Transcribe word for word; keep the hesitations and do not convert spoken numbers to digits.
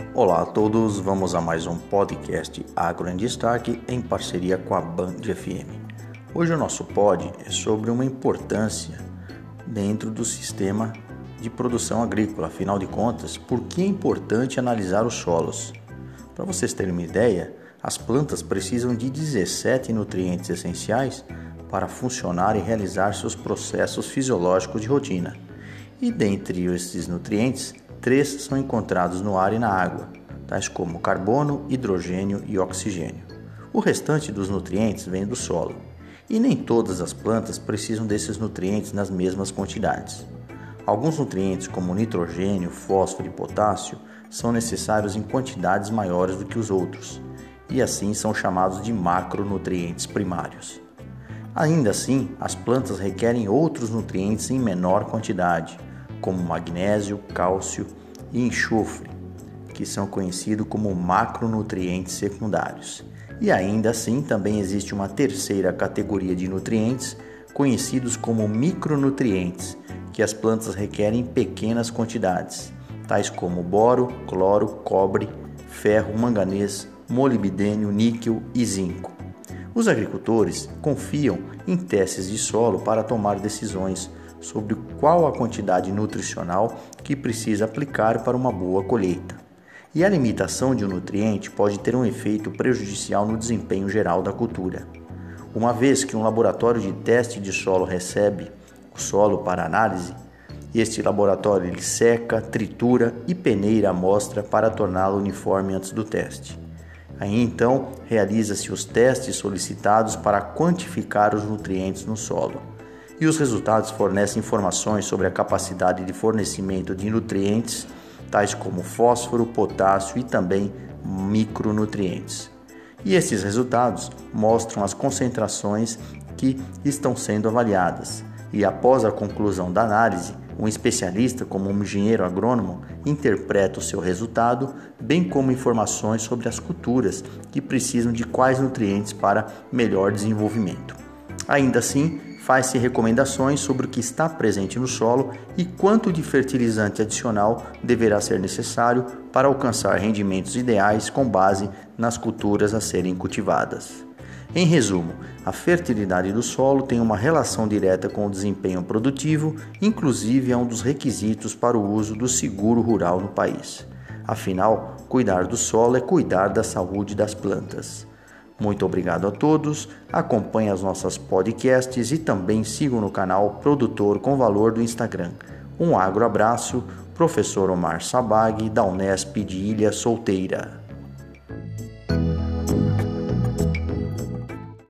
Olá a todos, vamos a mais um podcast Agro em Destaque em parceria com a Band F M. Hoje o nosso pod é sobre uma importância dentro do sistema de produção agrícola. Afinal de contas, por que é importante analisar os solos? Para vocês terem uma ideia, as plantas precisam de dezessete nutrientes essenciais para funcionar e realizar seus processos fisiológicos de rotina. E dentre esses nutrientes, três são encontrados no ar e na água, tais como carbono, hidrogênio e oxigênio. O restante dos nutrientes vem do solo, e nem todas as plantas precisam desses nutrientes nas mesmas quantidades. Alguns nutrientes, como nitrogênio, fósforo e potássio, são necessários em quantidades maiores do que os outros, e assim são chamados de macronutrientes primários. Ainda assim, as plantas requerem outros nutrientes em menor quantidade, como magnésio, cálcio e enxofre, que são conhecidos como macronutrientes secundários. E ainda assim, também existe uma terceira categoria de nutrientes, conhecidos como micronutrientes, que as plantas requerem em pequenas quantidades, tais como boro, cloro, cobre, ferro, manganês, molibdênio, níquel e zinco. Os agricultores confiam em testes de solo para tomar decisões sobre qual a quantidade nutricional que precisa aplicar para uma boa colheita. E a limitação de um nutriente pode ter um efeito prejudicial no desempenho geral da cultura. Uma vez que um laboratório de teste de solo recebe o solo para análise, este laboratório ele seca, tritura e peneira a amostra para torná-la uniforme antes do teste. Aí então realiza-se os testes solicitados para quantificar os nutrientes no solo. E os resultados fornecem informações sobre a capacidade de fornecimento de nutrientes, tais como fósforo, potássio e também micronutrientes. E esses resultados mostram as concentrações que estão sendo avaliadas. E após a conclusão da análise, um especialista, como um engenheiro agrônomo, interpreta o seu resultado, bem como informações sobre as culturas que precisam de quais nutrientes para melhor desenvolvimento. Ainda assim, faz-se recomendações sobre o que está presente no solo e quanto de fertilizante adicional deverá ser necessário para alcançar rendimentos ideais com base nas culturas a serem cultivadas. Em resumo, a fertilidade do solo tem uma relação direta com o desempenho produtivo, inclusive é um dos requisitos para o uso do seguro rural no país. Afinal, cuidar do solo é cuidar da saúde das plantas. Muito obrigado a todos, acompanhe as nossas podcasts e também sigam no canal Produtor com Valor do Instagram. Um agro abraço, professor Omar Sabag, da Unesp de Ilha Solteira.